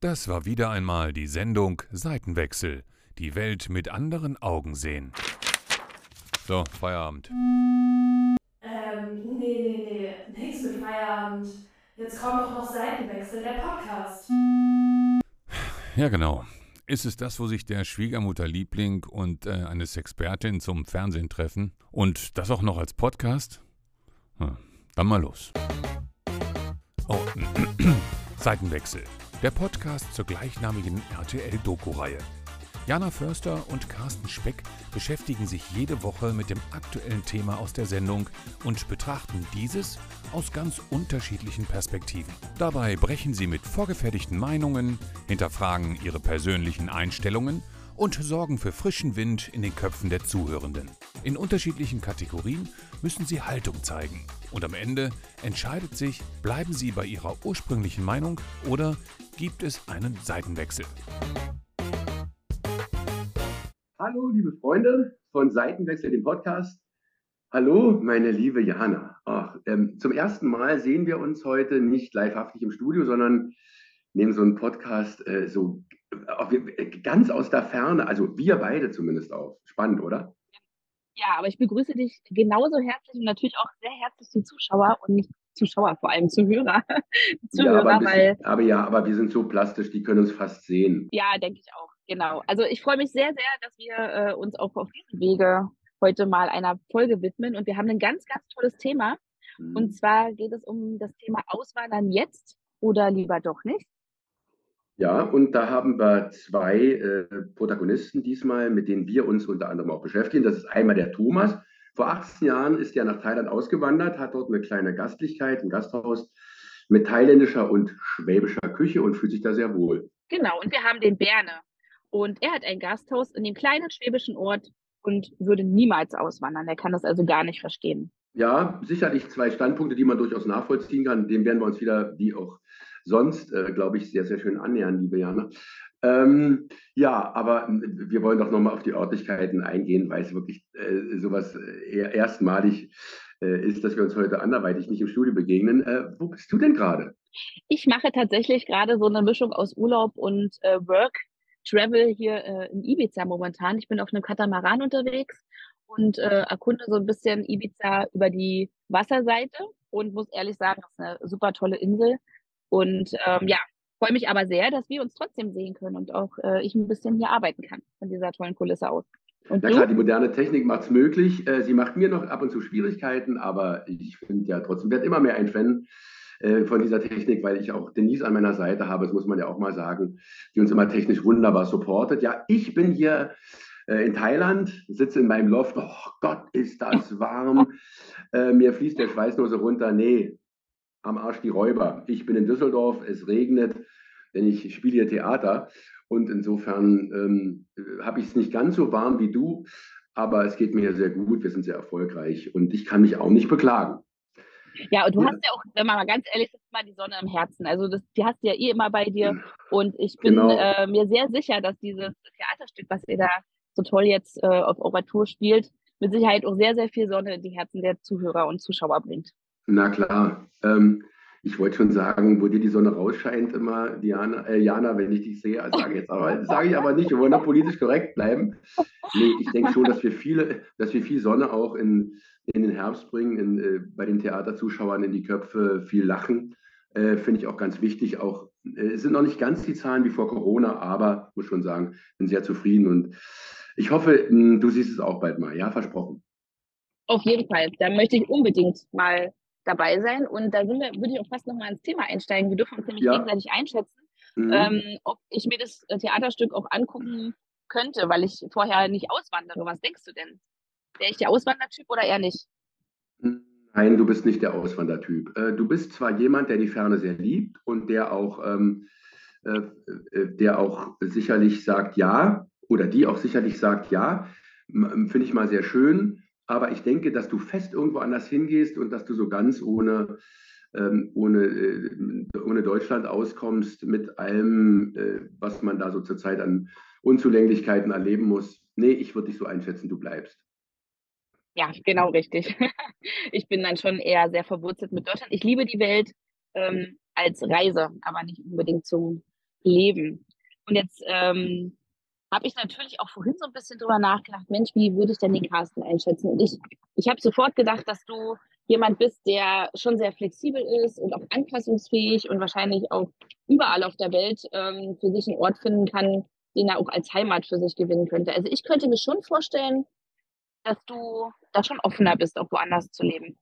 Das war wieder einmal die Sendung Seitenwechsel. Die Welt mit anderen Augen sehen. So, Feierabend. Nee. Nix mit Feierabend. Jetzt kommt doch noch Seitenwechsel, der Podcast. Ja, genau. Ist es das, wo sich der Schwiegermutterliebling und eine Sexpertin zum Fernsehen treffen? Und das auch noch als Podcast? Dann mal los. Oh, Seitenwechsel. Der Podcast zur gleichnamigen RTL-Doku-Reihe. Jana Förster und Carsten Speck beschäftigen sich jede Woche mit dem aktuellen Thema aus der Sendung und betrachten dieses aus ganz unterschiedlichen Perspektiven. Dabei brechen sie mit vorgefertigten Meinungen, hinterfragen ihre persönlichen Einstellungen und sorgen für frischen Wind in den Köpfen der Zuhörenden. In unterschiedlichen Kategorien müssen sie Haltung zeigen. Und am Ende entscheidet sich, bleiben sie bei ihrer ursprünglichen Meinung oder gibt es einen Seitenwechsel. Hallo, liebe Freunde von Seitenwechsel, dem Podcast. Hallo, meine liebe Jana. Zum ersten Mal sehen wir uns heute nicht livehaftig im Studio, sondern nehmen so einen Podcast ganz aus der Ferne, also wir beide zumindest auf. Spannend, oder? Ja, aber ich begrüße dich genauso herzlich und natürlich auch sehr herzlich die Zuschauer und Zuschauer, vor allem Zuhörer. Ja, aber ein Weil, bisschen, aber wir sind so plastisch, die können uns fast sehen. ja, denke ich auch, genau. Also ich freue mich sehr, sehr, dass wir uns auch auf diesem Wege heute mal einer Folge widmen. Und wir haben ein ganz, ganz tolles Thema. Und zwar geht es um das Thema Auswandern jetzt oder lieber doch nicht. Ja, und da haben wir zwei Protagonisten diesmal, mit denen wir uns unter anderem auch beschäftigen. Das ist einmal der Thomas. Vor 18 Jahren ist er nach Thailand ausgewandert, hat dort eine kleine Gastlichkeit, ein Gasthaus mit thailändischer und schwäbischer Küche und fühlt sich da sehr wohl. Genau, und wir haben den Berne. Und er hat ein Gasthaus in dem kleinen schwäbischen Ort und würde niemals auswandern. Er kann das also gar nicht verstehen. Ja, sicherlich zwei Standpunkte, die man durchaus nachvollziehen kann. Dem werden wir uns wieder, wie auch sonst, glaube ich, sehr, sehr schön annähern, liebe Jana. Ja, aber wir wollen doch nochmal auf die Örtlichkeiten eingehen, weil es wirklich sowas erstmalig ist, dass wir uns heute anderweitig nicht im Studio begegnen. Wo bist du denn gerade? Ich mache tatsächlich gerade so eine Mischung aus Urlaub und Work, Travel hier in Ibiza momentan. Ich bin auf einem Katamaran unterwegs und erkunde so ein bisschen Ibiza über die Wasserseite und muss ehrlich sagen, das ist eine super tolle Insel. Und ja, freue mich aber sehr, dass wir uns trotzdem sehen können und auch ich ein bisschen hier arbeiten kann von dieser tollen Kulisse aus. Und Na du? klar, die moderne Technik macht es möglich. Sie macht mir noch ab und zu Schwierigkeiten, aber ich finde ja trotzdem, werde immer mehr ein Fan von dieser Technik, weil ich auch Denise an meiner Seite habe, das muss man ja auch mal sagen, die uns immer technisch wunderbar supportet. Ja, ich bin hier in Thailand, sitze in meinem Loft. Oh Gott, ist das warm. Mir fließt der Schweiß nur so runter. Nee, am Arsch die Räuber. Ich bin in Düsseldorf, es regnet, denn ich spiele hier Theater. Und insofern habe ich es nicht ganz so warm wie du, aber es geht mir sehr gut, wir sind sehr erfolgreich und ich kann mich auch nicht beklagen. Ja, und du Ja, hast ja auch, wenn man mal ganz ehrlich ist, mal die Sonne im Herzen. Also die hast du ja eh immer bei dir. Und ich bin genau. mir sehr sicher, dass dieses Theaterstück, was ihr da so toll jetzt auf eurer Tour spielt, mit Sicherheit auch sehr, sehr viel Sonne in die Herzen der Zuhörer und Zuschauer bringt. Na klar. Ich wollte schon sagen, wo dir die Sonne rausscheint, immer, Jana, wenn ich dich sehe, sage ich aber nicht, wir wollen da politisch korrekt bleiben. Nee, ich denke schon, dass wir viel Sonne auch in den Herbst bringen, bei den Theaterzuschauern in die Köpfe, viel Lachen. Finde ich auch ganz wichtig. Es sind noch nicht ganz die Zahlen wie vor Corona, aber muss schon sagen, bin sehr zufrieden und ich hoffe, du siehst es auch bald mal. Ja, versprochen. Auf jeden Fall. Da möchte ich unbedingt mal dabei sein. Und da würde ich auch fast nochmal ins Thema einsteigen. Wir dürfen uns nämlich Ja. gegenseitig einschätzen, Mhm. ob ich mir das Theaterstück auch angucken könnte, weil ich vorher nicht auswandere. Was denkst du denn? Wäre ich der Auswandertyp oder eher nicht? Nein, du bist nicht der Auswandertyp. Du bist zwar jemand, der die Ferne sehr liebt und der auch sicherlich sagt ja oder die auch sicherlich sagt ja, finde ich mal sehr schön. Aber ich denke, dass du fest irgendwo anders hingehst und dass du so ganz ohne Deutschland auskommst mit allem, was man da so zurzeit an Unzulänglichkeiten erleben muss. Nee, ich würde dich so einschätzen, du bleibst. Ja, genau richtig. Ich bin dann schon eher sehr verwurzelt mit Deutschland. Ich liebe die Welt als Reise, aber nicht unbedingt zum leben. Und jetzt habe ich natürlich auch vorhin so ein bisschen drüber nachgedacht, Mensch, wie würde ich denn den Carsten einschätzen? Und ich habe sofort gedacht, dass du jemand bist, der schon sehr flexibel ist und auch anpassungsfähig und wahrscheinlich auch überall auf der Welt für sich einen Ort finden kann, den er auch als Heimat für sich gewinnen könnte. Also ich könnte mir schon vorstellen, dass du da schon offener bist, auch woanders zu leben.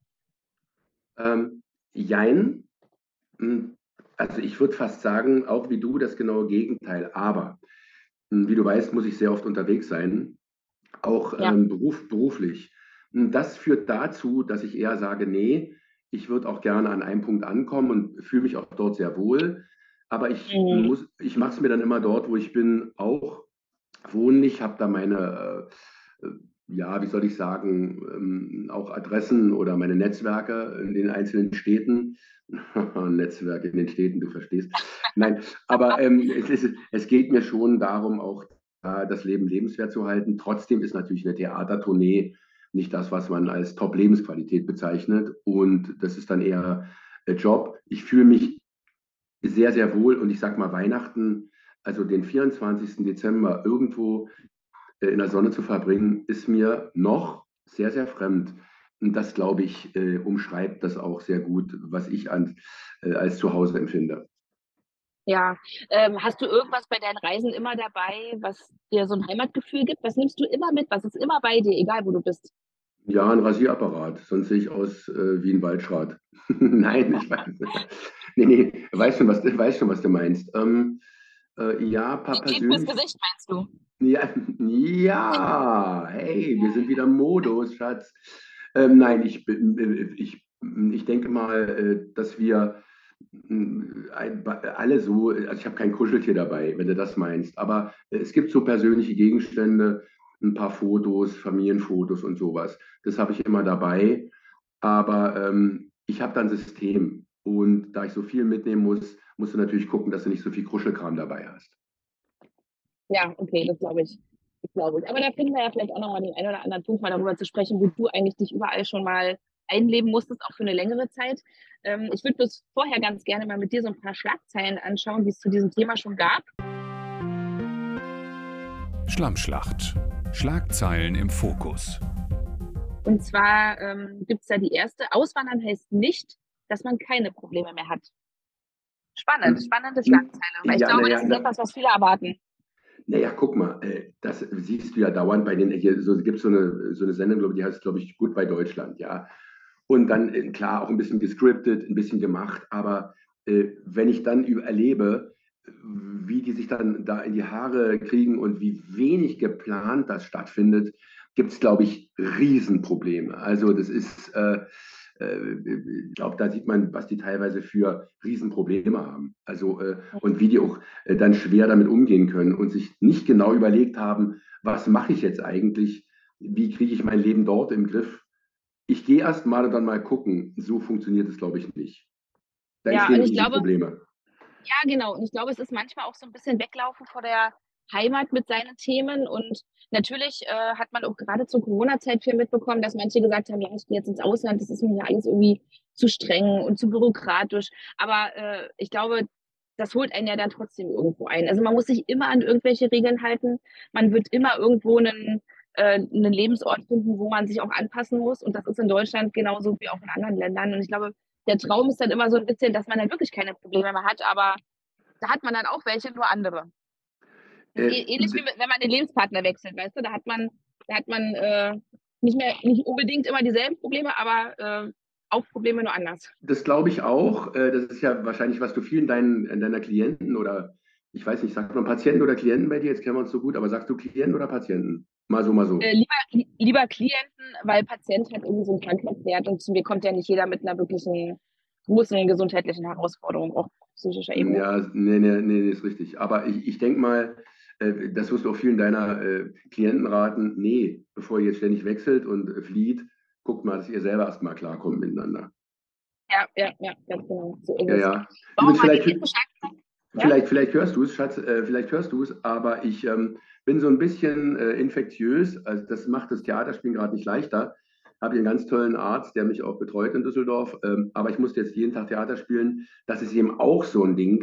Jein. Hm, Also ich würde fast sagen, auch wie du, das genaue Gegenteil. Aber wie du weißt, muss ich sehr oft unterwegs sein, auch Ja. beruflich. Das führt dazu, dass ich eher sage, nee, ich würde auch gerne an einem Punkt ankommen und fühle mich auch dort sehr wohl. Aber Mhm. ich mache es mir dann immer dort, wo ich bin, auch wohnlich, habe da meine, ja, wie soll ich sagen, auch Adressen oder meine Netzwerke in den einzelnen Städten. Netzwerke in den Städten, du verstehst. Nein, aber es geht mir schon darum, auch das Leben lebenswert zu halten. Trotzdem ist natürlich eine Theatertournee nicht das, was man als Top-Lebensqualität bezeichnet. Und das ist dann eher Job. Ich fühle mich sehr, sehr wohl und ich sage mal Weihnachten, also den 24. Dezember irgendwo in der Sonne zu verbringen, ist mir noch sehr, sehr fremd. Und das, glaube ich, umschreibt das auch sehr gut, was ich als Zuhause empfinde. Ja. Hast du irgendwas bei deinen Reisen immer dabei, was dir so ein Heimatgefühl gibt? Was nimmst du immer mit? Was ist immer bei dir, egal wo du bist? Ja, ein Rasierapparat, sonst sehe ich aus wie ein Waldschrat. Nein, ich weiß. Nee, nee, weiß schon, was du meinst. Ja, ein paar Die Creme fürs persönlich. Gesicht, meinst du? Ja, ja, hey, wir sind wieder im Modus, Schatz. Nein, ich denke mal, dass wir alle so, also ich habe kein Kuscheltier dabei, wenn du das meinst, aber es gibt so persönliche Gegenstände, ein paar Fotos, Familienfotos und sowas. Das habe ich immer dabei, aber ich habe dann ein System und da ich so viel mitnehmen muss, musst du natürlich gucken, dass du nicht so viel Kruschelkram dabei hast. Ja, okay, das glaube ich. Das glaube ich. Aber da finden wir ja vielleicht auch noch mal den einen oder anderen Punkt, mal darüber zu sprechen, wo du eigentlich dich überall schon mal einleben musstest, auch für eine längere Zeit. Ich würde bloß vorher ganz gerne mal mit dir so ein paar Schlagzeilen anschauen, die es zu diesem Thema schon gab. Schlammschlacht. Schlagzeilen im Fokus. Und zwar gibt es da die erste. Auswandern heißt nicht, dass man keine Probleme mehr hat. Spannend, Hm. spannende Schlagzeile. Weil ich Ja, glaube, naja, das ist etwas, was viele erwarten. naja, guck mal, das siehst du ja dauernd bei den, hier so, gibt so eine Sendung, glaube ich, die heißt, glaube ich, Gut bei Deutschland, ja. Und dann, klar, auch ein bisschen gescriptet, ein bisschen gemacht, aber wenn ich dann erlebe, wie die sich dann da in die Haare kriegen und wie wenig geplant das stattfindet, gibt es, glaube ich, Riesenprobleme. Also das ist, ich glaube, da sieht man, was die teilweise für Riesenprobleme haben. Also und wie die auch dann schwer damit umgehen können und sich nicht genau überlegt haben, was mache ich jetzt eigentlich, wie kriege ich mein Leben dort im Griff. Ich gehe erst mal und dann mal gucken. So funktioniert es, glaube ich, nicht. Da Ja, entstehen und ich glaube, Riesenprobleme. ja, genau. Und ich glaube, es ist manchmal auch so ein bisschen Weglaufen vor der Heimat mit seinen Themen. Und natürlich hat man auch gerade zur Corona-Zeit viel mitbekommen, dass manche gesagt haben, ja, ich gehe jetzt ins Ausland, das ist mir ja alles irgendwie zu streng und zu bürokratisch. Aber ich glaube, das holt einen ja dann trotzdem irgendwo ein. Also man muss sich immer an irgendwelche Regeln halten. Man wird immer irgendwo einen Lebensort finden, wo man sich auch anpassen muss. Und das ist in Deutschland genauso wie auch in anderen Ländern. Und ich glaube, der Traum ist dann immer so ein bisschen, dass man dann wirklich keine Probleme mehr hat, aber da hat man dann auch welche, nur andere. Das ist Äh, ähnlich wie wenn man den Lebenspartner wechselt, weißt du? Da hat man nicht unbedingt immer dieselben Probleme, aber auch Probleme nur anders. Das glaube ich auch. Das ist ja wahrscheinlich, was du vielen deiner Klienten oder ich weiß nicht, sagt man Patienten oder Klienten bei dir? Jetzt kennen wir uns so gut, aber sagst du Klienten oder Patienten? Mal so, mal so. Lieber Klienten, weil Patient hat irgendwie so einen Krankheitswert und zu mir kommt ja nicht jeder mit einer wirklichen großen gesundheitlichen Herausforderung, auch auf psychischer Ebene. Ja, nee, ist richtig. Aber ich denke mal, das wirst du auch vielen deiner Klienten raten. Nee, bevor ihr jetzt ständig wechselt und flieht, guckt mal, dass ihr selber erstmal klarkommt miteinander. Ja, ganz genau. So ist Ja, es. ja. Bauen Übrigens, wir mal die nächste Schlagzeile. Ja? vielleicht hörst du es, Schatz, vielleicht hörst du es, aber ich bin so ein bisschen infektiös. Also das macht das Theaterspielen gerade nicht leichter. Habe hier einen ganz tollen Arzt, der mich auch betreut in Düsseldorf. Aber ich musste jetzt jeden Tag Theater spielen. Das ist eben auch so ein Ding.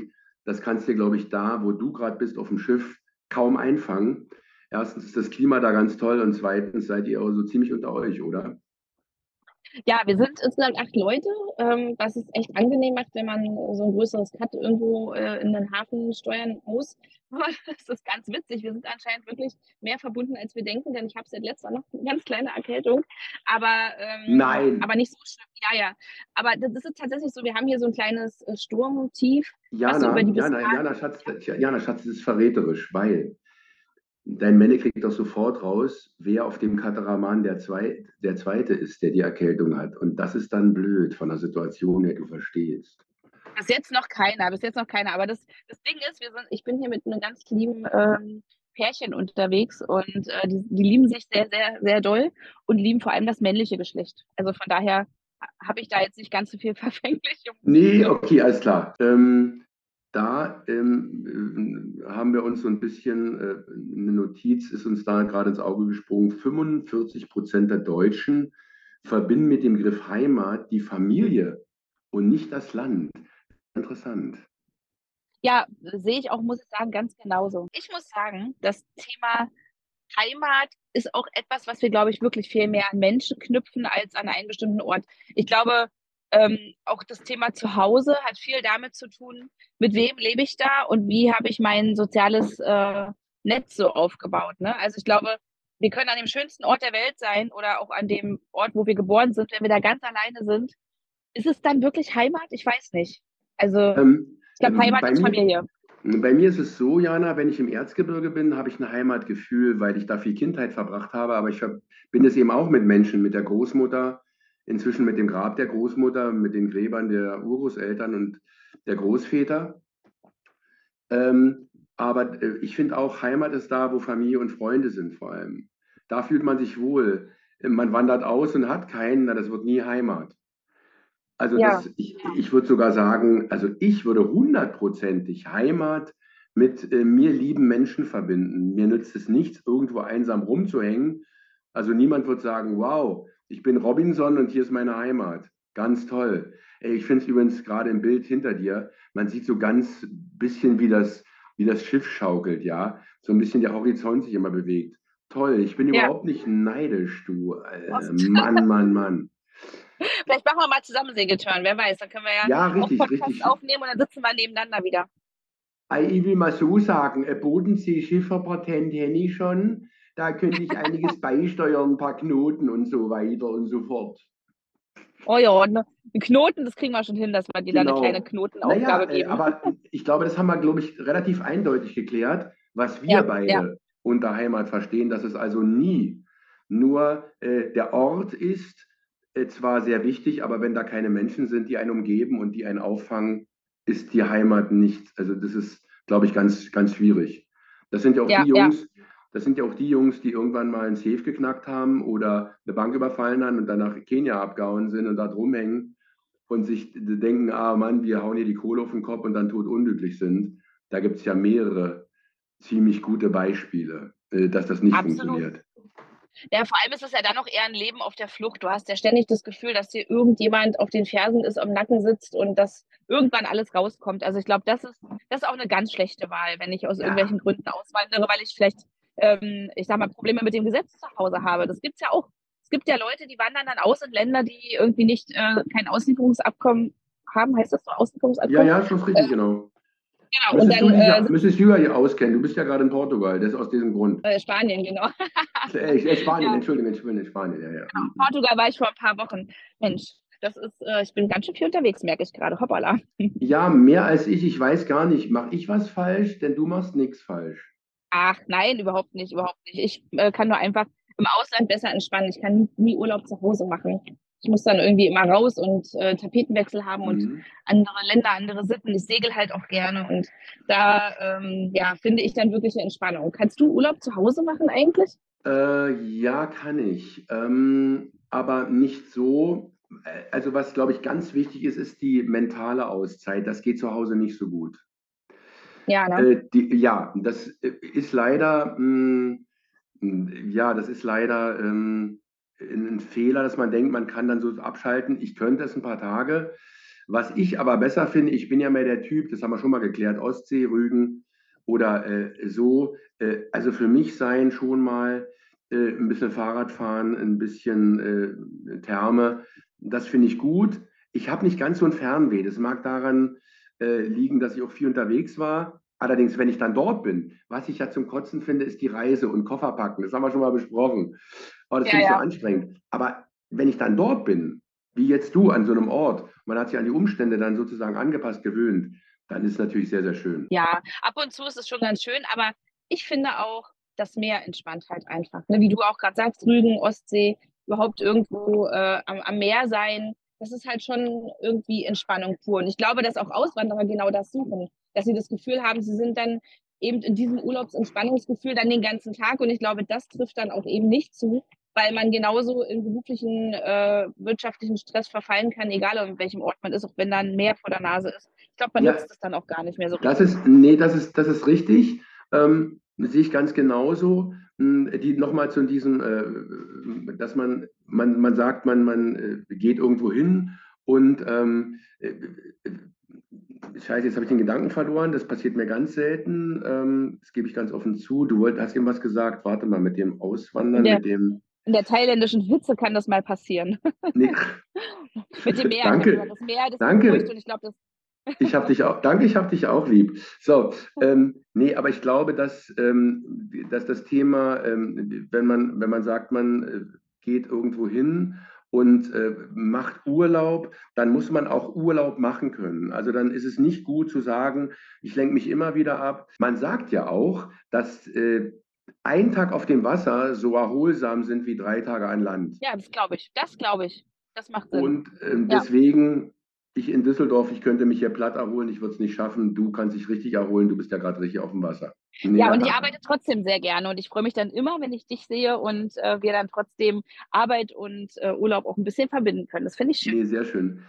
Das kannst du, glaube ich, da, wo du gerade bist, auf dem Schiff, kaum einfangen. Erstens ist das Klima da ganz toll und zweitens seid ihr auch so ziemlich unter euch, oder? Ja, wir sind insgesamt 8 Leute, was es echt angenehm macht, wenn man so ein größeres Cut irgendwo, in den Hafen steuern muss. Aber das ist ganz witzig. Wir sind anscheinend wirklich mehr verbunden, als wir denken, denn ich habe seit letzter Nacht 'ne ganz kleine Erkältung, aber Nein, nicht so schlimm. Ja, ja. Aber das ist tatsächlich so, wir haben hier so ein kleines, Sturmtief, was so über Jana, die Jana, Bismarck. Jana, Schatz, das ist verräterisch, weil dein Männer kriegt doch sofort raus, wer auf dem Katamaran der Zweite ist, der die Erkältung hat. Und das ist dann blöd von der Situation her, du verstehst. Bis jetzt noch keiner. Aber das Ding ist, ich bin hier mit einem ganz lieben Pärchen unterwegs und die lieben sich sehr, sehr, sehr doll und lieben vor allem das männliche Geschlecht. Also von daher habe ich da jetzt nicht ganz so viel verfängliche Nee, Momente. okay, alles klar. Da haben wir uns so ein bisschen, eine Notiz ist uns da gerade ins Auge gesprungen. 45% der Deutschen verbinden mit dem Begriff Heimat die Familie und nicht das Land. Interessant. Ja, sehe ich auch, muss ich sagen, ganz genauso. Ich muss sagen, das Thema Heimat ist auch etwas, was wir, glaube ich, wirklich viel mehr an Menschen knüpfen als an einen bestimmten Ort. Ich glaube, auch das Thema Zuhause hat viel damit zu tun, mit wem lebe ich da und wie habe ich mein soziales Netz so aufgebaut. Ne? Also ich glaube, wir können an dem schönsten Ort der Welt sein oder auch an dem Ort, wo wir geboren sind. Wenn wir da ganz alleine sind, ist es dann wirklich Heimat? Ich weiß nicht. Also Ähm, ich glaube, Heimat bei ist mir, Familie. bei mir ist es so, Jana, wenn ich im Erzgebirge bin, habe ich ein Heimatgefühl, weil ich da viel Kindheit verbracht habe. Aber ich bin es eben auch mit Menschen, mit der Großmutter, inzwischen mit dem Grab der Großmutter, mit den Gräbern der Urgroßeltern und der Großväter. Aber ich finde auch, Heimat ist da, wo Familie und Freunde sind vor allem. Da fühlt man sich wohl. Man wandert aus und hat keinen, na, das wird nie Heimat. Also Ja, ich würde sogar sagen, also ich würde hundertprozentig Heimat mit mir lieben Menschen verbinden. Mir nützt es nichts, irgendwo einsam rumzuhängen. Also niemand wird sagen, wow, ich bin Robinson und hier ist meine Heimat. Ganz toll. Ey, ich finde es übrigens gerade im Bild hinter dir, man sieht so ganz bisschen, wie das Schiff schaukelt, ja. So ein bisschen der Horizont sich immer bewegt. Toll, ich bin ja. überhaupt nicht neidisch, du. Mann, Mann, Mann. Vielleicht machen wir mal zusammen Segeltörn, wer weiß. Dann können wir ja Ja, auch richtig, Podcasts richtig. aufnehmen und dann sitzen wir nebeneinander wieder. Ich will mal so sagen, ein Bodenseeschifferpatent hätte ich schon. Da könnte ich einiges beisteuern, ein paar Knoten und so weiter und so fort. Oh ja, und einen Knoten, das kriegen wir schon hin, dass wir dir da eine kleine Genau. Naja, Knotenaufgabe geben. aber ich glaube, das haben wir, glaube ich, relativ eindeutig geklärt, was wir Ja, ja, beide unter Heimat verstehen, dass es also nie nur der Ort ist, zwar sehr wichtig, aber wenn da keine Menschen sind, die einen umgeben und die einen auffangen, ist die Heimat nicht. Also das ist, glaube ich, ganz, ganz schwierig. Das sind ja auch die ja, ja. Jungs, das sind ja auch die Jungs, die irgendwann mal ein Safe geknackt haben oder eine Bank überfallen haben und dann nach Kenia abgehauen sind und da rumhängen und sich denken, ah Mann, wir hauen hier die Kohle auf den Kopf und dann totunglücklich sind. Da gibt es ja mehrere ziemlich gute Beispiele, dass das nicht Absolut. funktioniert. Ja, vor allem ist es ja dann auch eher ein Leben auf der Flucht. Du hast ja ständig das Gefühl, dass dir irgendjemand auf den Fersen ist, am Nacken sitzt und dass irgendwann alles rauskommt. Also ich glaube, das ist auch eine ganz schlechte Wahl, wenn ich aus Ja, irgendwelchen Gründen auswandere, weil ich vielleicht, ich sag mal, Probleme mit dem Gesetz zu Hause habe. Das gibt's ja auch. Es gibt ja Leute, die wandern dann aus in Länder, die irgendwie nicht kein Auslieferungsabkommen haben. Heißt das so, ja, Auslieferungsabkommen? ja, ist das Äh, richtig, genau. genau. Und dann Müsstest du ja hier auskennen. Du bist ja gerade in Portugal, das ist aus diesem Grund. Spanien, genau. Spanien, Ja, Entschuldigung, Spanien, ja, ja. Mhm. Portugal war ich vor ein paar Wochen. Mensch, ich bin ganz schön viel unterwegs, merke ich gerade. Hoppala. Ja, mehr als ich. Ich weiß gar nicht. Mache ich was falsch? Denn du machst nichts falsch. Ach, nein, überhaupt nicht, überhaupt nicht. Ich kann nur einfach im Ausland besser entspannen. Ich kann nie Urlaub zu Hause machen. Ich muss dann irgendwie immer raus und Tapetenwechsel haben und Mhm. andere Länder, andere Sitten. Ich segel halt auch gerne und da ja, finde ich dann wirklich eine Entspannung. Kannst du Urlaub zu Hause machen eigentlich? Ja, kann ich. Aber nicht so. Also was, glaube ich, ganz wichtig ist, ist die mentale Auszeit. Das geht zu Hause nicht so gut. Ja, ne? Ja, das ist leider, ja, das ist leider ein Fehler, dass man denkt, man kann dann so abschalten. Ich könnte es ein paar Tage, Was ich aber besser finde, ich bin ja mehr der Typ, das haben wir schon mal geklärt, Ostsee, Rügen oder so. Also für mich seien schon mal ein bisschen Fahrradfahren, ein bisschen Therme, das finde ich gut. Ich habe nicht ganz so ein Fernweh. Das mag daran liegen, dass ich auch viel unterwegs war. Allerdings, wenn ich dann dort bin, was ich ja zum Kotzen finde, ist die Reise und Koffer packen. Das haben wir schon mal besprochen. Aber das Ja, finde ich so ja. anstrengend. Aber wenn ich dann dort bin, wie jetzt du an so einem Ort, man hat sich an die Umstände dann sozusagen angepasst, gewöhnt, dann ist es natürlich sehr, sehr schön. Ja, ab und zu ist es schon ganz schön, aber ich finde auch, das Meer entspannt halt einfach. Ne? Wie du auch gerade sagst, Rügen, Ostsee, überhaupt irgendwo am Meer sein, das ist halt schon irgendwie Entspannung pur. Und ich glaube, dass auch Auswanderer genau das suchen, dass sie das Gefühl haben, sie sind dann eben in diesem Urlaubsentspannungsgefühl dann den ganzen Tag. Und ich glaube, das trifft dann auch eben nicht zu, weil man genauso in beruflichen, wirtschaftlichen Stress verfallen kann, egal an welchem Ort man ist, auch wenn da ein Meer vor der Nase ist. Ich glaube, man Ja, nutzt es dann auch gar nicht mehr so das richtig. ist, nee, das ist richtig. Das sehe ich ganz genauso. Nochmal zu diesem, dass man sagt, man geht irgendwo hin und Scheiße, jetzt habe ich den Gedanken verloren. Das passiert mir ganz selten. Das gebe ich ganz offen zu. Hast irgendwas gesagt. Warte mal, mit dem In Auswandern, der, mit dem. in der thailändischen Hitze kann das mal passieren. Nee, Mit dem Meer. Ich habe gesagt, danke, das Meer, das beruhigt danke. und ich glaube, das. Ich habe dich auch, danke, ich habe dich auch lieb. So, nee, aber ich glaube, dass das Thema, wenn man sagt, man geht irgendwo hin und macht Urlaub, dann muss man auch Urlaub machen können. Also dann ist es nicht gut zu sagen, ich lenke mich immer wieder ab. Man sagt ja auch, dass ein Tag auf dem Wasser so erholsam sind wie 3 Tage an Land. Ja, das glaube ich. Das glaube ich. Das macht Sinn. Und Ja. deswegen, ich in Düsseldorf, ich könnte mich hier platt erholen, ich würde es nicht schaffen. Du kannst dich richtig erholen, du bist ja gerade richtig auf dem Wasser. Ja, und ich Ja, arbeite trotzdem sehr gerne und ich freue mich dann immer, wenn ich dich sehe und wir dann trotzdem Arbeit und Urlaub auch ein bisschen verbinden können. Das finde ich schön. nee, sehr schön.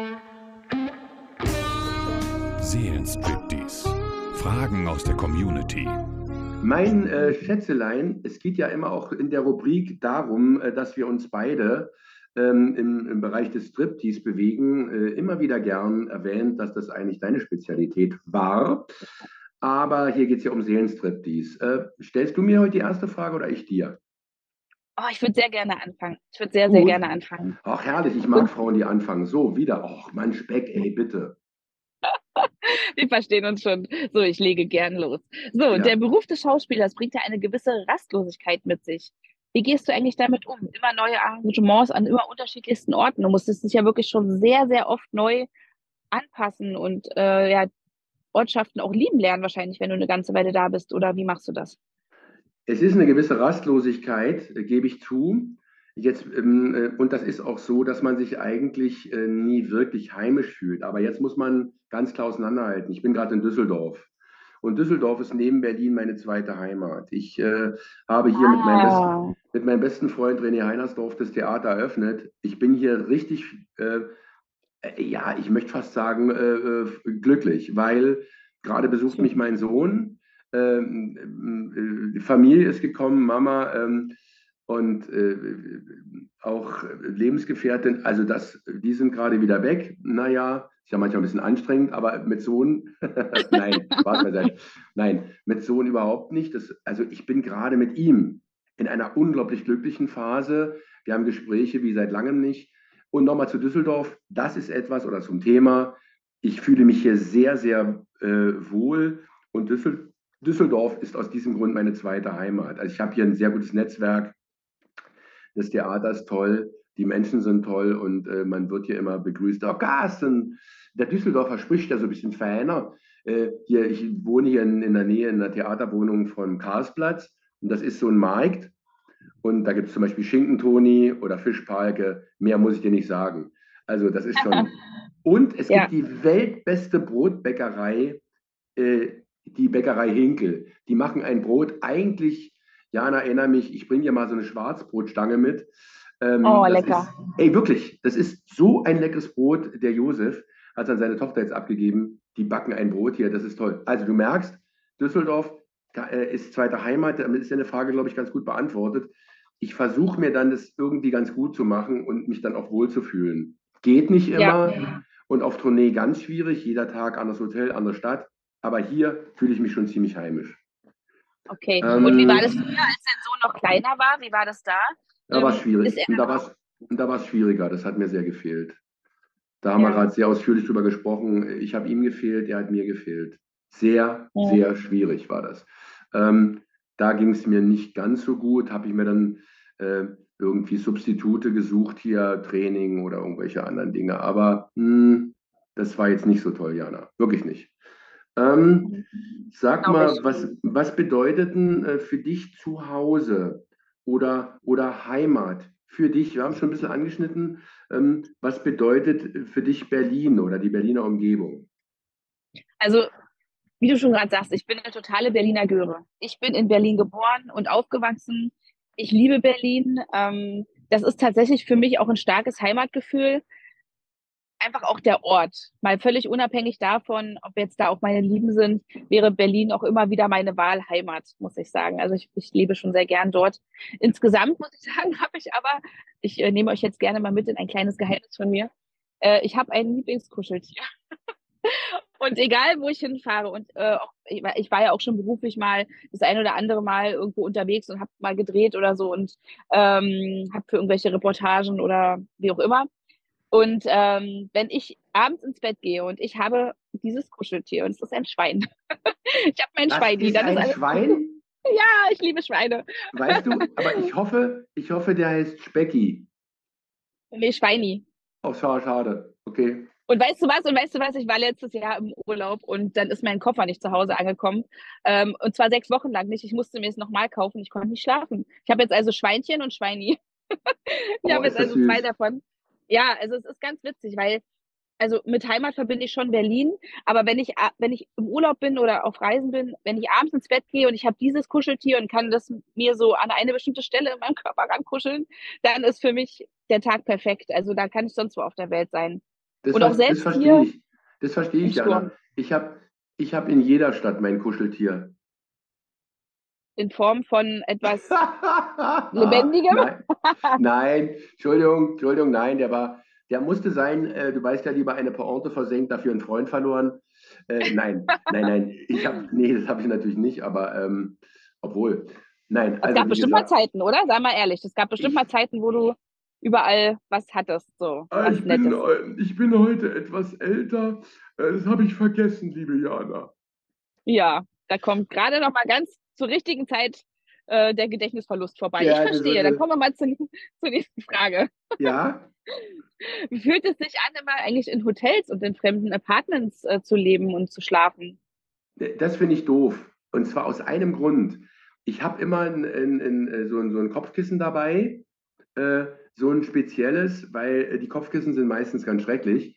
Seelenstriptease. Fragen aus der Community. Mein Schätzelein, es geht ja immer auch in der Rubrik darum, dass wir uns beide im Bereich des Striptease bewegen. Immer wieder gern erwähnt, dass das eigentlich deine Spezialität war. Aber hier geht es ja um Seelenstriptease. Stellst du mir heute die erste Frage oder ich dir? Oh, ich würde sehr gerne anfangen. Ich würde sehr, sehr Gut. gerne anfangen. Ach, herrlich, ich mag Frauen, die anfangen. So, wieder. Ach, Mann, Speck, ey, bitte. Wir verstehen uns schon. So, ich lege gern los. So, Ja. der Beruf des Schauspielers bringt ja eine gewisse Rastlosigkeit mit sich. Wie gehst du eigentlich damit um? Immer neue Engagements an immer unterschiedlichsten Orten. Du musstest dich ja wirklich schon sehr, sehr oft neu anpassen und ja, Ortschaften auch lieben lernen, wahrscheinlich, wenn du eine ganze Weile da bist. Oder wie machst du das? Es ist eine gewisse Rastlosigkeit, gebe ich zu. Jetzt, und das ist auch so, dass man sich eigentlich nie wirklich heimisch fühlt. Aber jetzt muss man ganz klar auseinanderhalten. Ich bin gerade in Düsseldorf. Und Düsseldorf ist neben Berlin meine zweite Heimat. Ich habe hier mit meinem besten Freund René Heinersdorf das Theater eröffnet. Ich bin hier richtig, ja, ich möchte fast sagen, glücklich, weil gerade besucht mich mein Sohn. Die Familie ist gekommen, Mama und auch Lebensgefährtin. Also die sind gerade wieder weg. Naja, ist ja manchmal ein bisschen anstrengend, aber mit Sohn, nein, Spaß beiseite. Nein, mit Sohn überhaupt nicht. Also ich bin gerade mit ihm in einer unglaublich glücklichen Phase. Wir haben Gespräche wie seit langem nicht. Und nochmal zu Düsseldorf, das ist etwas oder zum Thema. Ich fühle mich hier sehr, sehr wohl und Düsseldorf ist aus diesem Grund meine zweite Heimat. Also ich habe hier ein sehr gutes Netzwerk. Das Theater ist toll, die Menschen sind toll und man wird hier immer begrüßt. Oh, Carsten, der Düsseldorfer spricht ja so ein bisschen feiner. Ich wohne hier in der Nähe in einer Theaterwohnung von Karlsplatz und das ist so ein Markt. Und da gibt es zum Beispiel Schinkentoni oder Fischpalke. Mehr muss ich dir nicht sagen. Also das ist schon. Und es Ja. gibt die weltbeste Brotbäckerei, die Bäckerei Hinkel. Die machen ein Brot. Eigentlich, Jana, erinnere mich, ich bringe dir mal so eine Schwarzbrotstange mit. Oh, lecker. Wirklich, das ist so ein leckeres Brot. Der Josef hat es an seine Tochter jetzt abgegeben. Die backen ein Brot hier, das ist toll. Also du merkst, Düsseldorf ist zweite Heimat. Damit ist deine Frage, glaube ich, ganz gut beantwortet. Ich versuche mir dann das irgendwie ganz gut zu machen und mich dann auch wohlzufühlen. Geht nicht immer. Ja. und auf Tournee ganz schwierig, jeder Tag anderes Hotel, andere Stadt. Aber hier fühle ich mich schon ziemlich heimisch. Okay. Und wie war das Ähm, früher, als dein Sohn noch kleiner war? Wie war das da? da war es Ist schwierig er und dann auch? da war es schwieriger. Das hat mir sehr gefehlt. Da haben wir Ja. gerade sehr ausführlich drüber gesprochen. Ich habe ihm gefehlt, er hat mir gefehlt. Sehr, Hm. sehr schwierig war das. Ähm, Da ging es mir nicht ganz so gut. Habe ich mir dann irgendwie Substitute gesucht, hier Training oder irgendwelche anderen Dinge. Aber das war jetzt nicht so toll, Jana. Wirklich nicht. Ähm, Sag Glaube mal, ich. was bedeutet denn für dich Zuhause oder Heimat für dich? Wir haben es schon ein bisschen angeschnitten. Was bedeutet für dich Berlin oder die Berliner Umgebung? Also, wie du schon gerade sagst, ich bin eine totale Berliner Göre. Ich bin in Berlin geboren und aufgewachsen. Ich liebe Berlin. Das ist tatsächlich für mich auch ein starkes Heimatgefühl. Einfach auch der Ort. Mal völlig unabhängig davon, ob jetzt da auch meine Lieben sind, wäre Berlin auch immer wieder meine Wahlheimat, muss ich sagen. Also ich lebe schon sehr gern dort. Insgesamt muss ich sagen, habe ich aber, ich nehme euch jetzt gerne mal mit in ein kleines Geheimnis von mir. Ich habe ein Lieblingskuscheltier. Und egal, wo ich hinfahre, und auch, ich war ja auch schon beruflich mal das ein oder andere Mal irgendwo unterwegs und habe mal gedreht oder so und habe für irgendwelche Reportagen oder wie auch immer. Und wenn ich abends ins Bett gehe und ich habe dieses Kuscheltier und es ist ein Schwein. Ich habe mein Das Schweini, ist dann ist ein alles gut. Schwein, Ja, ich liebe Schweine. weißt du, aber ich hoffe, der heißt Specki. Nee, Schweini. Oh, schade, schade. Okay. Und weißt du was? Und weißt du was? Ich war letztes Jahr im Urlaub und dann ist mein Koffer nicht zu Hause angekommen. Und zwar 6 Wochen lang nicht. Ich musste mir es nochmal kaufen. Ich konnte nicht schlafen. Ich habe jetzt also Schweinchen und Schweini. Ich Oh, habe ist jetzt das also 2 süß. davon. Ja, also es ist ganz witzig, weil also mit Heimat verbinde ich schon Berlin, aber wenn ich im Urlaub bin oder auf Reisen bin, wenn ich abends ins Bett gehe und ich habe dieses Kuscheltier und kann das mir so an eine bestimmte Stelle in meinem Körper rankuscheln, dann ist für mich der Tag perfekt. Also da kann ich sonst wo auf der Welt sein. Und auch Das selbst verstehe hier ich. Das verstehe im ich, Jana. Sturm, Ich hab in jeder Stadt mein Kuscheltier. in Form von etwas Lebendigem. Nein, nein, Entschuldigung, nein, der musste sein, du weißt ja, lieber eine Pointe versenkt, dafür einen Freund verloren. Nein, nee, das habe ich natürlich nicht, aber obwohl, nein, Es also gab wie bestimmt mal gesagt, Zeiten, oder? Sei mal ehrlich, es gab bestimmt mal ich, Zeiten, wo du überall was hattest, so was Nettes. ich bin heute etwas älter, das habe ich vergessen, liebe Jana. Ja, da kommt gerade noch mal ganz zur richtigen Zeit der Gedächtnisverlust vorbei. Ich Ja, verstehe. Dann kommen wir mal zur nächsten Frage. ja, Wie fühlt es sich an, immer eigentlich in Hotels und in fremden Apartments zu leben und zu schlafen? das finde ich doof. Und zwar aus einem Grund. Ich habe immer so ein Kopfkissen dabei, äh, so ein spezielles, weil die Kopfkissen sind meistens ganz schrecklich.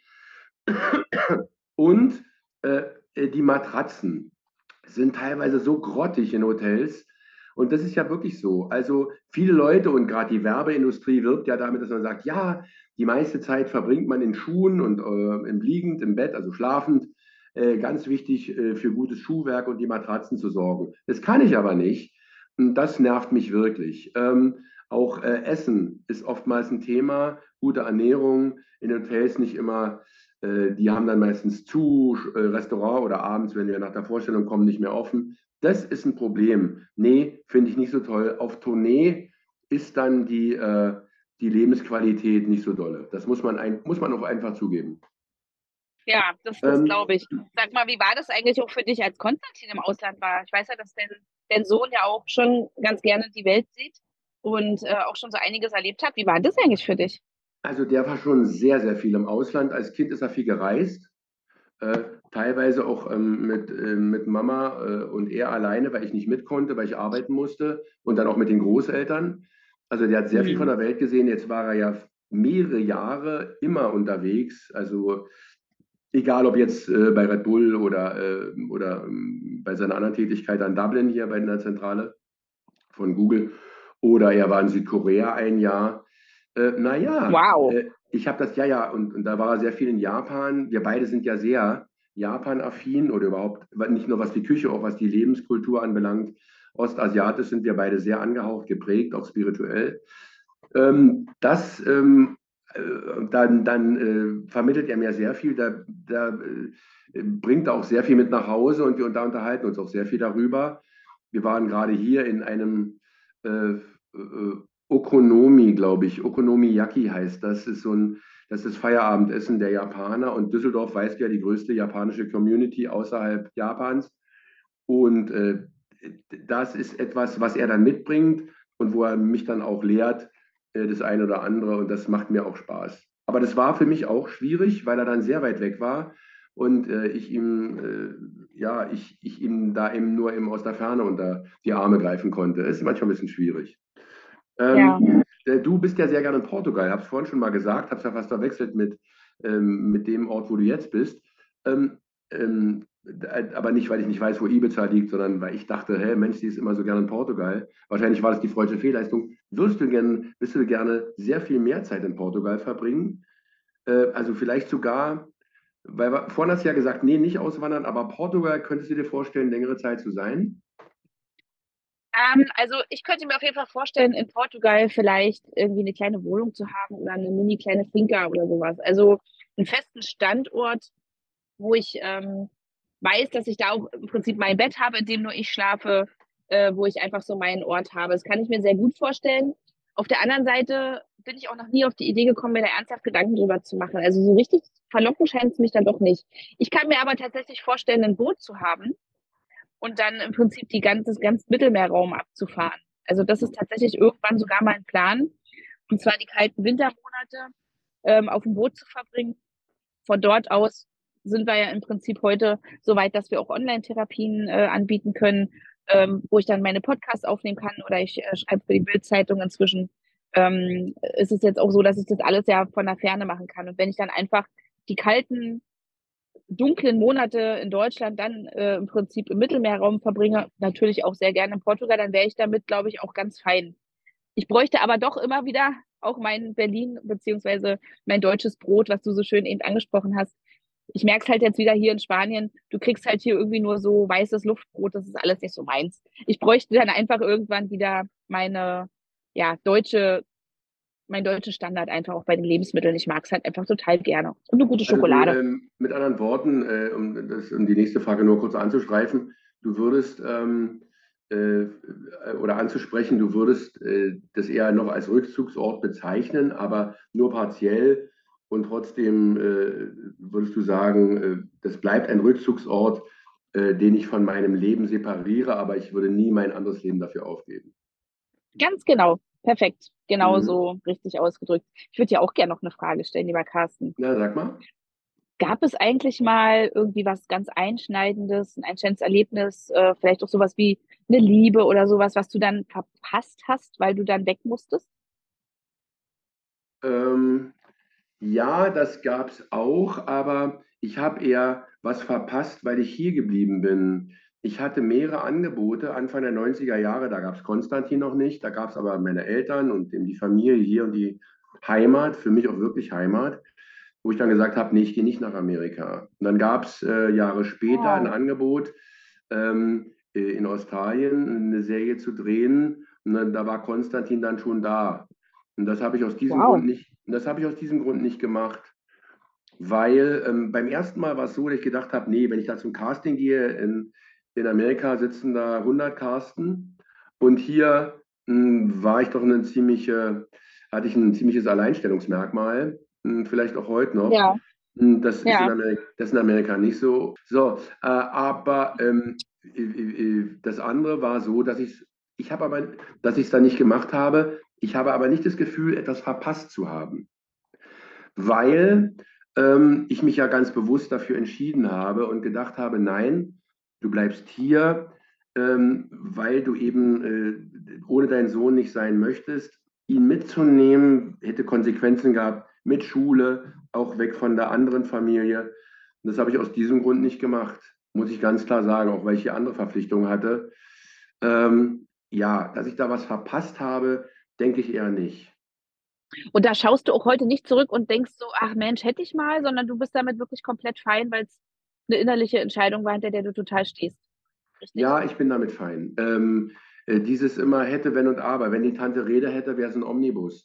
Und äh, die Matratzen sind teilweise so grottig in Hotels. Und das ist ja wirklich so. Also viele Leute und gerade die Werbeindustrie wirbt ja damit, dass man sagt, ja, die meiste Zeit verbringt man in Schuhen und im Liegend, im Bett, also schlafend. Ganz wichtig für gutes Schuhwerk und die Matratzen zu sorgen. Das kann ich aber nicht. Und das nervt mich wirklich. Auch Essen ist oftmals ein Thema. Gute Ernährung in Hotels nicht immer. Die haben dann meistens zu, Restaurant oder abends, wenn wir nach der Vorstellung kommen, nicht mehr offen. Das ist ein Problem. Nee, finde ich nicht so toll. Auf Tournee ist dann die Lebensqualität nicht so dolle. Das muss man auch einfach zugeben. Ja, das Ähm, glaube ich. Sag mal, wie war das eigentlich auch für dich, als Konstantin im Ausland war? Ich weiß ja, dass dein Sohn ja auch schon ganz gerne die Welt sieht und auch schon so einiges erlebt hat. Wie war das eigentlich für dich? also der war schon sehr, sehr viel im Ausland. Als Kind ist er viel gereist. Äh, Teilweise auch mit Mama und er alleine, weil ich nicht mit konnte, weil ich arbeiten musste und dann auch mit den Großeltern. Also der hat sehr viel von Mhm. der Welt gesehen. Jetzt war er ja mehrere Jahre immer unterwegs. Also egal ob jetzt bei Red Bull oder bei seiner anderen Tätigkeit an Dublin hier bei der Zentrale von Google oder er war in Südkorea ein Jahr. Naja, Wow. ich habe das, ja, und da war er sehr viel in Japan. Wir beide sind ja sehr Japan-affin oder überhaupt, nicht nur was die Küche, auch was die Lebenskultur anbelangt. Ostasiatisch sind wir beide sehr angehaucht, geprägt, auch spirituell. Das dann vermittelt er mir sehr viel, da bringt er auch sehr viel mit nach Hause und wir da unterhalten uns auch sehr viel darüber. Wir waren gerade hier in einem Okonomi, glaube ich, Okonomiyaki heißt das, das ist Feierabendessen der Japaner und Düsseldorf, weißt du ja, die größte japanische Community außerhalb Japans und das ist etwas, was er dann mitbringt und wo er mich dann auch lehrt, das eine oder andere und das macht mir auch Spaß. Aber das war für mich auch schwierig, weil er dann sehr weit weg war und ich ihm da eben nur eben aus der Ferne unter die Arme greifen konnte. Ist manchmal ein bisschen schwierig. Ja. Du bist ja sehr gerne in Portugal, habe es vorhin schon mal gesagt, habe es ja fast verwechselt mit dem Ort, wo du jetzt bist. Ähm, aber nicht, weil ich nicht weiß, wo Ibiza liegt, sondern weil ich dachte, hey, Mensch, die ist immer so gerne in Portugal. Wahrscheinlich war das die freudsche Fehlleistung. Wirst du gerne sehr viel mehr Zeit in Portugal verbringen? Also vielleicht sogar, vorhin hast du ja gesagt, nee, nicht auswandern, aber Portugal könntest du dir vorstellen, längere Zeit zu sein? Also ich könnte mir auf jeden Fall vorstellen, in Portugal vielleicht irgendwie eine kleine Wohnung zu haben oder eine mini kleine Finca oder sowas. Also einen festen Standort, wo ich weiß, dass ich da auch im Prinzip mein Bett habe, in dem nur ich schlafe, wo ich einfach so meinen Ort habe. Das kann ich mir sehr gut vorstellen. Auf der anderen Seite bin ich auch noch nie auf die Idee gekommen, mir da ernsthaft Gedanken drüber zu machen. Also so richtig verlocken scheint es mich dann doch nicht. Ich kann mir aber tatsächlich vorstellen, ein Boot zu haben und dann im Prinzip das ganze Mittelmeerraum abzufahren. Also das ist tatsächlich irgendwann sogar mein Plan. Und zwar die kalten Wintermonate auf dem Boot zu verbringen. Von dort aus sind wir ja im Prinzip heute so weit, dass wir auch Online-Therapien anbieten können, wo ich dann meine Podcasts aufnehmen kann oder ich schreibe für die Bild-Zeitung inzwischen. Ist es jetzt auch so, dass ich das alles ja von der Ferne machen kann. Und wenn ich dann einfach die kalten, dunklen Monate in Deutschland dann im Prinzip im Mittelmeerraum verbringe, natürlich auch sehr gerne in Portugal, dann wäre ich damit, glaube ich, auch ganz fein. Ich bräuchte aber doch immer wieder auch mein Berlin beziehungsweise mein deutsches Brot, was du so schön eben angesprochen hast. Ich merke es halt jetzt wieder hier in Spanien. Du kriegst halt hier irgendwie nur so weißes Luftbrot. Das ist alles nicht so meins. Ich bräuchte dann einfach irgendwann wieder ja, mein deutschen Standard einfach auch bei den Lebensmitteln. Ich mag es halt einfach total gerne. Und eine gute Also du, Schokolade. mit anderen Worten, um die nächste Frage nur kurz anzustreifen, du würdest äh, oder anzusprechen, du würdest das eher noch als Rückzugsort bezeichnen, aber nur partiell und trotzdem würdest du sagen, das bleibt ein Rückzugsort, den ich von meinem Leben separiere, aber ich würde nie mein anderes Leben dafür aufgeben. Ganz genau. Perfekt. Genau Mhm. so richtig ausgedrückt. Ich würde dir auch gerne noch eine Frage stellen, lieber Carsten. Na, sag mal. Gab es eigentlich mal irgendwie was ganz Einschneidendes, ein einschneidendes Erlebnis, vielleicht auch sowas wie eine Liebe oder sowas, was du dann verpasst hast, weil du dann weg musstest? Ähm, Ja, das gab es auch, aber ich habe eher was verpasst, weil ich hier geblieben bin. Ich hatte mehrere Angebote Anfang der 90er Jahre, da gab es Konstantin noch nicht, da gab es aber meine Eltern und eben die Familie hier und die Heimat, für mich auch wirklich Heimat, wo ich dann gesagt habe, nee, ich gehe nicht nach Amerika. Und dann gab es Jahre später ein Wow. Angebot in Australien, eine Serie zu drehen und da war Konstantin dann schon da. Und das habe ich aus diesem Grund Wow. nicht, das habe ich aus diesem Grund nicht gemacht, weil beim ersten Mal war es so, dass ich gedacht habe, nee, wenn ich da zum Casting gehe, in Amerika sitzen da 100 Carsten und hier war ich doch hatte ich ein ziemliches Alleinstellungsmerkmal, vielleicht auch heute noch. Ja, ja. Das ist in Amerika nicht so. So, aber das andere war so, dass ich es dann nicht gemacht habe. Ich habe aber nicht das Gefühl, etwas verpasst zu haben, weil ich mich ja ganz bewusst dafür entschieden habe und gedacht habe, nein, du bleibst hier, weil du eben ohne deinen Sohn nicht sein möchtest. Ihn mitzunehmen hätte Konsequenzen gehabt mit Schule, auch weg von der anderen Familie. Und das habe ich aus diesem Grund nicht gemacht, muss ich ganz klar sagen, auch weil ich hier andere Verpflichtungen hatte. Ja, dass ich da was verpasst habe, denke ich eher nicht. Und da schaust du auch heute nicht zurück und denkst so, ach Mensch, hätte ich mal, sondern du bist damit wirklich komplett fein, weil es eine innerliche Entscheidung war, hinter der du total stehst. Richtig? Ja, ich bin damit fein. Dieses immer hätte, wenn und aber. Wenn die Tante Rede hätte, wäre es ein Omnibus.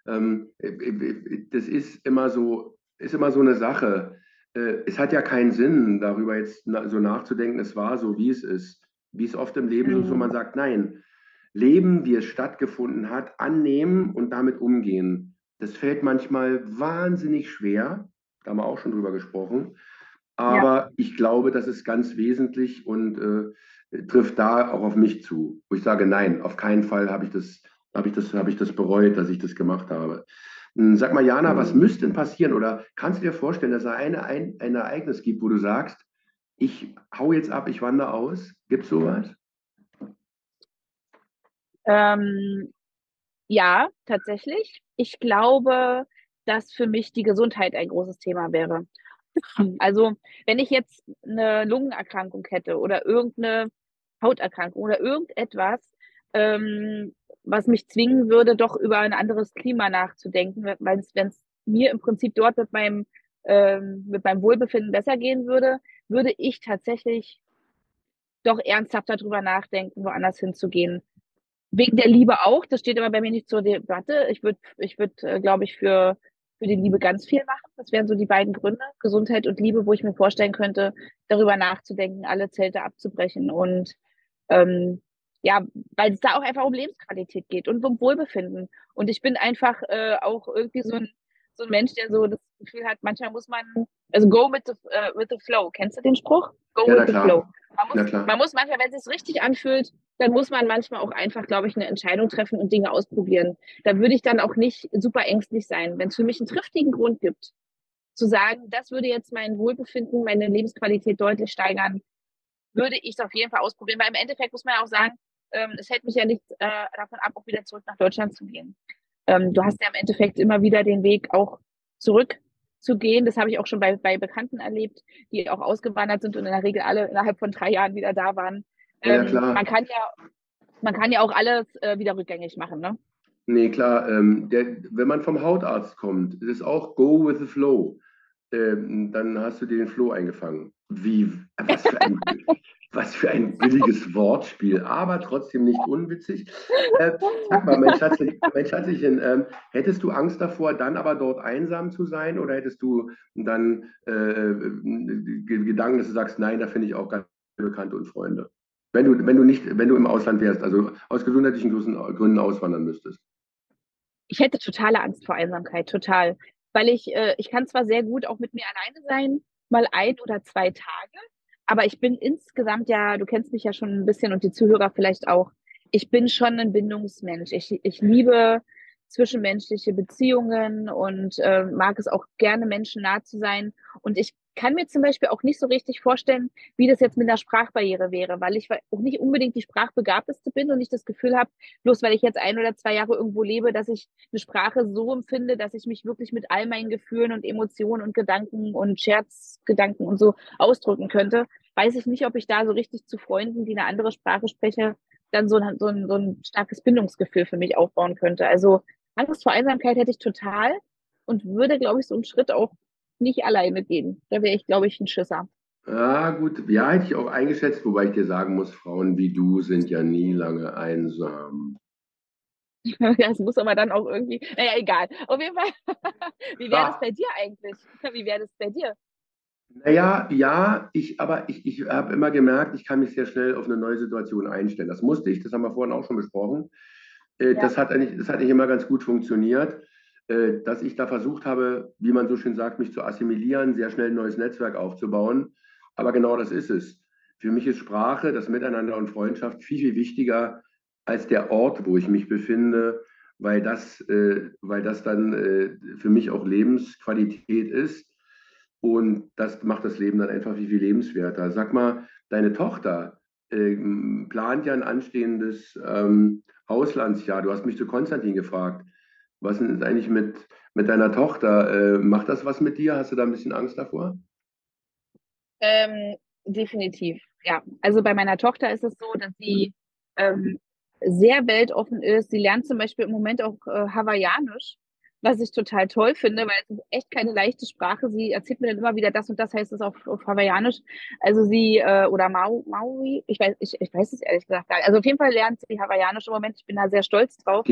Das ist immer so eine Sache. Es hat ja keinen Sinn, darüber jetzt so nachzudenken, es war so, wie es ist. Wie es oft im Leben so ist, wo man sagt, nein, Leben, wie es stattgefunden hat, annehmen und damit umgehen. Das fällt manchmal wahnsinnig schwer. Da haben wir auch schon drüber gesprochen. Ja. Aber ich glaube, das ist ganz wesentlich und trifft da auch auf mich zu, wo ich sage, nein, auf keinen Fall habe ich das bereut, dass ich das gemacht habe. Sag mal, Jana, was müsste denn passieren? Oder kannst du dir vorstellen, dass es ein Ereignis gibt, wo du sagst, ich hau jetzt ab, ich wandere aus? Gibt es sowas? Ähm, ja, tatsächlich. Ich glaube, dass für mich die Gesundheit ein großes Thema wäre. Also, wenn ich jetzt eine Lungenerkrankung hätte oder irgendeine Hauterkrankung oder irgendetwas, was mich zwingen würde, doch über ein anderes Klima nachzudenken, weil wenn es mir im Prinzip dort mit meinem Wohlbefinden besser gehen würde, würde ich tatsächlich doch ernsthafter drüber nachdenken, woanders hinzugehen. Wegen der Liebe auch, das steht aber bei mir nicht zur Debatte. Ich würde, glaube ich, für die Liebe ganz viel machen. Das wären so die beiden Gründe, Gesundheit und Liebe, wo ich mir vorstellen könnte, darüber nachzudenken, alle Zelte abzubrechen und ähm, ja, weil es da auch einfach um Lebensqualität geht und um Wohlbefinden. Und ich bin einfach auch irgendwie so ein Mensch, der so das Gefühl hat, manchmal muss man, also go with the flow. Kennst du den Spruch? Go Ja, with na the flow. klar. Na klar. Man muss manchmal, wenn es sich richtig anfühlt, dann muss man manchmal auch einfach, glaube ich, eine Entscheidung treffen und Dinge ausprobieren. Da würde ich dann auch nicht super ängstlich sein. Wenn es für mich einen triftigen Grund gibt, zu sagen, das würde jetzt mein Wohlbefinden, meine Lebensqualität deutlich steigern, würde ich es auf jeden Fall ausprobieren. Weil im Endeffekt muss man ja auch sagen, es hält mich ja nicht davon ab, auch wieder zurück nach Deutschland zu gehen. Du hast ja im Endeffekt immer wieder den Weg auch zurück zu gehen. Das habe ich auch schon bei Bekannten erlebt, die auch ausgewandert sind und in der Regel alle innerhalb von 3 Jahren wieder da waren. Ja, ja, Ähm, klar. man kann ja, man kann ja auch alles wieder rückgängig machen, ne? Nee, klar. Wenn man vom Hautarzt kommt, ist es auch Go with the Flow. Dann hast du dir den Floh eingefangen. Was für ein billiges Wortspiel, aber trotzdem nicht unwitzig. Sag mal, mein Schatzchen, hättest du Angst davor, dann aber dort einsam zu sein, oder hättest du dann Gedanken, dass du sagst, nein, da finde ich auch ganz Bekannte und Freunde? Wenn du im Ausland wärst, also aus gesundheitlichen Gründen auswandern müsstest. Ich hätte totale Angst vor Einsamkeit, total. Weil ich kann zwar sehr gut auch mit mir alleine sein, mal 1 oder 2 Tage, aber ich bin insgesamt ja, du kennst mich ja schon ein bisschen und die Zuhörer vielleicht auch, ich bin schon ein Bindungsmensch. Ich liebe zwischenmenschliche Beziehungen und mag es auch gerne, Menschen nah zu sein. Und ich kann mir zum Beispiel auch nicht so richtig vorstellen, wie das jetzt mit einer Sprachbarriere wäre, weil ich auch nicht unbedingt die Sprachbegabteste bin und nicht das Gefühl habe, bloß weil ich jetzt 1 oder 2 Jahre irgendwo lebe, dass ich eine Sprache so empfinde, dass ich mich wirklich mit all meinen Gefühlen und Emotionen und Gedanken und Scherzgedanken und so ausdrücken könnte. Weiß ich nicht, ob ich da so richtig zu Freunden, die eine andere Sprache sprechen, dann so ein starkes Bindungsgefühl für mich aufbauen könnte. Also Angst vor Einsamkeit hätte ich total und würde, glaube ich, so einen Schritt auch nicht alleine gehen. Da wäre ich, glaube ich, ein Schisser. Ah, gut, ja, hätte ich auch eingeschätzt, wobei ich dir sagen muss, Frauen wie du sind ja nie lange einsam. Ja, es muss aber dann auch irgendwie, naja, egal. Auf jeden Fall, wie wäre das Ah, bei dir eigentlich? Wie wäre das bei dir? naja, ja, ich habe immer gemerkt, ich kann mich sehr schnell auf eine neue Situation einstellen. Das musste ich, das haben wir vorhin auch schon besprochen. Ja. Das hat nicht immer ganz gut funktioniert, dass ich da versucht habe, wie man so schön sagt, mich zu assimilieren, sehr schnell ein neues Netzwerk aufzubauen. Aber genau das ist es. Für mich ist Sprache, das Miteinander und Freundschaft viel, viel wichtiger als der Ort, wo ich mich befinde, weil das dann für mich auch Lebensqualität ist. Und das macht das Leben dann einfach viel, viel lebenswerter. Sag mal, deine Tochter plant ja ein anstehendes Auslandsjahr. Du hast mich zu Konstantin gefragt. Was ist eigentlich mit deiner Tochter? Macht das was mit dir? Hast du da ein bisschen Angst davor? Definitiv, ja. Also bei meiner Tochter ist es so, dass sie sehr weltoffen ist. Sie lernt zum Beispiel im Moment auch Hawaiianisch, was ich total toll finde, weil es ist echt keine leichte Sprache. Sie erzählt mir dann immer wieder, das und das heißt es auf Hawaiianisch. Also sie, oder Maui, ich weiß es ehrlich gesagt gar nicht. Also auf jeden Fall lernt sie Hawaiianisch im Moment. Ich bin da sehr stolz drauf.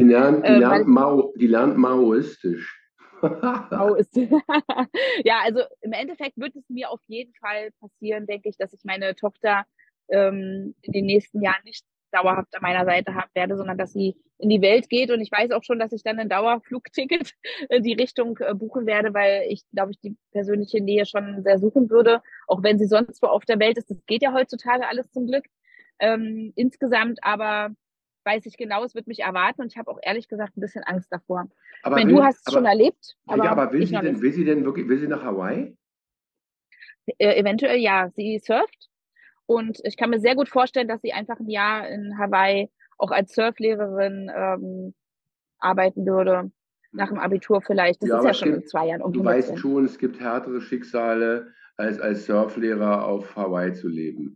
Die lernt Maoistisch. Mao ist. Ja, also im Endeffekt wird es mir auf jeden Fall passieren, denke ich, dass ich meine Tochter in den nächsten Jahren nicht dauerhaft an meiner Seite haben werde, sondern dass sie in die Welt geht. Und ich weiß auch schon, dass ich dann ein Dauerflugticket in die Richtung buchen werde, weil ich, glaube ich, die persönliche Nähe schon sehr suchen würde, auch wenn sie sonst wo auf der Welt ist. Das geht ja heutzutage alles zum Glück. Insgesamt aber weiß ich genau, es wird mich erwarten und ich habe auch ehrlich gesagt ein bisschen Angst davor. Aber ich meine, du hast es schon erlebt, aber will ich noch nicht. will sie denn wirklich, will sie nach Hawaii? Eventuell ja, sie surft und ich kann mir sehr gut vorstellen, dass sie einfach ein Jahr in Hawaii auch als Surflehrerin arbeiten würde, nach dem Abitur vielleicht. Das ist ja schon in 2 Jahren. Du weißt schon, es gibt härtere Schicksale, als Surflehrer auf Hawaii zu leben.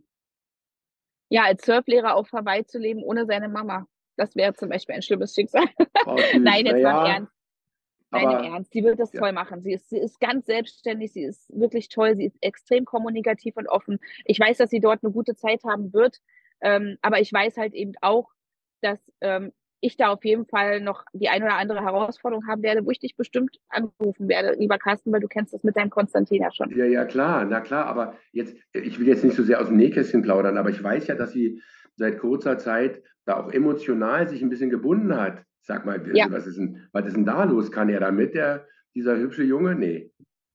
Ja, als Surflehrer auf Hawaii zu leben ohne seine Mama. Das wäre zum Beispiel ein schlimmes Schicksal. Nein, jetzt mal im Ernst. Nein, im Ernst. Sie wird das toll machen. Sie ist ganz selbstständig. Sie ist wirklich toll. Sie ist extrem kommunikativ und offen. Ich weiß, dass sie dort eine gute Zeit haben wird. Aber ich weiß halt eben auch, dass ich da auf jeden Fall noch die ein oder andere Herausforderung haben werde, wo ich dich bestimmt anrufen werde, lieber Carsten, weil du kennst das mit deinem Konstantin ja schon. Ja, klar, na klar, aber ich will jetzt nicht so sehr aus dem Nähkästchen plaudern, aber ich weiß ja, dass sie seit kurzer Zeit da auch emotional sich ein bisschen gebunden hat. Sag mal, was ist denn da los? Kann er damit, dieser hübsche Junge? Nee.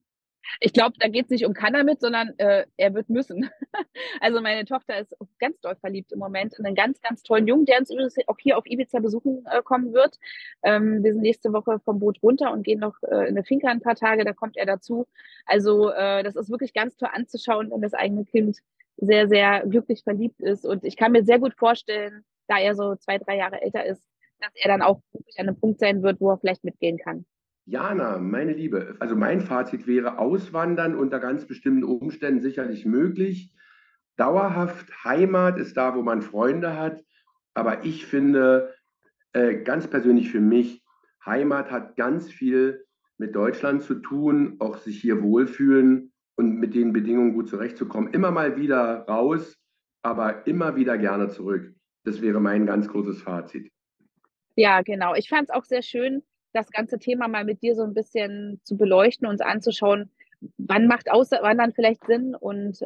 Ich glaube, da geht es nicht um kann er mit, sondern er wird müssen. Also meine Tochter ist ganz doll verliebt im Moment in einen ganz, ganz tollen Jungen, der uns übrigens auch hier auf Ibiza besuchen kommen wird. Wir sind nächste Woche vom Boot runter und gehen noch in eine Finca ein paar Tage, da kommt er dazu. Also das ist wirklich ganz toll anzuschauen, wenn das eigene Kind sehr, sehr glücklich verliebt ist. Und ich kann mir sehr gut vorstellen, da er so 2, 3 Jahre älter ist, dass er dann auch wirklich an einem Punkt sein wird, wo er vielleicht mitgehen kann. Jana, meine Liebe, also mein Fazit wäre, Auswandern unter ganz bestimmten Umständen sicherlich möglich. Dauerhaft Heimat ist da, wo man Freunde hat. Aber ich finde, ganz persönlich für mich, Heimat hat ganz viel mit Deutschland zu tun, auch sich hier wohlfühlen und mit den Bedingungen gut zurechtzukommen. Immer mal wieder raus, aber immer wieder gerne zurück. Das wäre mein ganz großes Fazit. Ja, genau. Ich fand es auch sehr schön, das ganze Thema mal mit dir so ein bisschen zu beleuchten, uns anzuschauen, wann macht Auswandern vielleicht Sinn und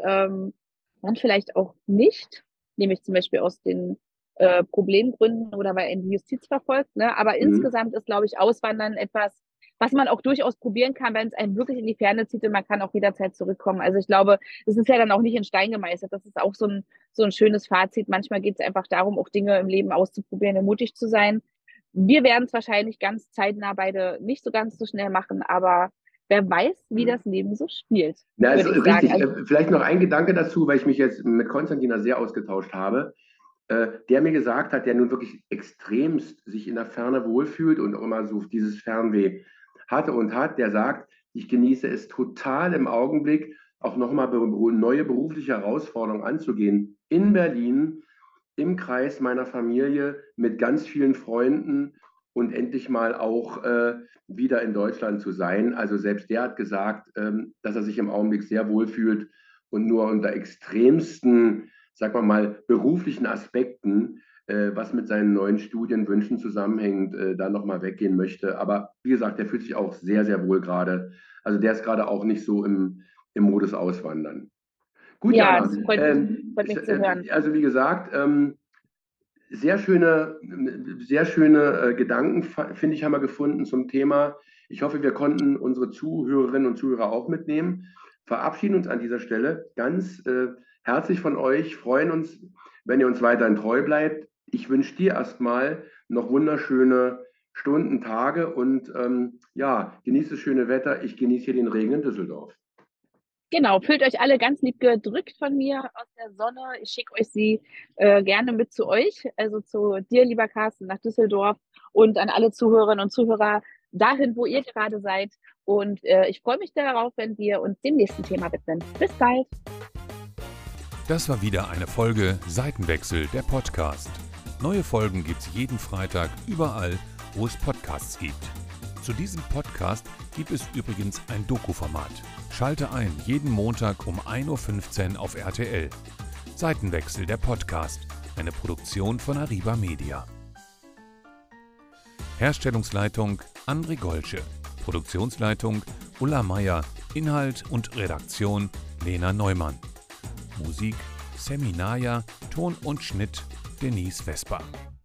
wann vielleicht auch nicht, nämlich zum Beispiel aus den Problemgründen oder weil ihn die Justiz verfolgt. Ne? Aber insgesamt ist, glaube ich, Auswandern etwas, was man auch durchaus probieren kann, wenn es einen wirklich in die Ferne zieht und man kann auch jederzeit zurückkommen. Also ich glaube, es ist ja dann auch nicht in Stein gemeißelt. Das ist auch so ein schönes Fazit. Manchmal geht es einfach darum, auch Dinge im Leben auszuprobieren und mutig zu sein. Wir werden es wahrscheinlich ganz zeitnah beide nicht so ganz so schnell machen, aber wer weiß, wie das Leben so spielt. Ja, also richtig. Vielleicht noch ein Gedanke dazu, weil ich mich jetzt mit Konstantina sehr ausgetauscht habe, der mir gesagt hat, der nun wirklich extremst sich in der Ferne wohlfühlt und auch immer so dieses Fernweh hatte und hat, der sagt, ich genieße es total im Augenblick, auch nochmal neue berufliche Herausforderungen anzugehen in Berlin, im Kreis meiner Familie, mit ganz vielen Freunden und endlich mal auch wieder in Deutschland zu sein. Also selbst der hat gesagt, dass er sich im Augenblick sehr wohl fühlt und nur unter extremsten, sagen wir mal, beruflichen Aspekten, was mit seinen neuen Studienwünschen zusammenhängt, da nochmal weggehen möchte. Aber wie gesagt, der fühlt sich auch sehr, sehr wohl gerade. Also der ist gerade auch nicht so im Modus Auswandern. Gut, ja, Jana, das freut mich zu hören. Also wie gesagt, sehr schöne Gedanken, finde ich, haben wir gefunden zum Thema. Ich hoffe, wir konnten unsere Zuhörerinnen und Zuhörer auch mitnehmen. Verabschieden uns an dieser Stelle ganz herzlich von euch, freuen uns, wenn ihr uns weiterhin treu bleibt. Ich wünsche dir erstmal noch wunderschöne Stunden, Tage und genießt das schöne Wetter. Ich genieße hier den Regen in Düsseldorf. Genau, fühlt euch alle ganz lieb gedrückt von mir aus der Sonne. Ich schicke euch sie gerne mit zu euch, also zu dir, lieber Carsten, nach Düsseldorf und an alle Zuhörerinnen und Zuhörer dahin, wo ihr gerade seid. Und ich freue mich darauf, wenn wir uns dem nächsten Thema widmen. Bis bald. Das war wieder eine Folge Seitenwechsel, der Podcast. Neue Folgen gibt's jeden Freitag überall, wo es Podcasts gibt. Zu diesem Podcast gibt es übrigens ein Doku-Format. Schalte ein, jeden Montag um 1.15 Uhr auf RTL. Seitenwechsel, der Podcast. Eine Produktion von Arriba Media. Herstellungsleitung André Golsche. Produktionsleitung Ulla Meier. Inhalt und Redaktion Lena Neumann. Musik Seminaya, Ton und Schnitt Denise Vesper.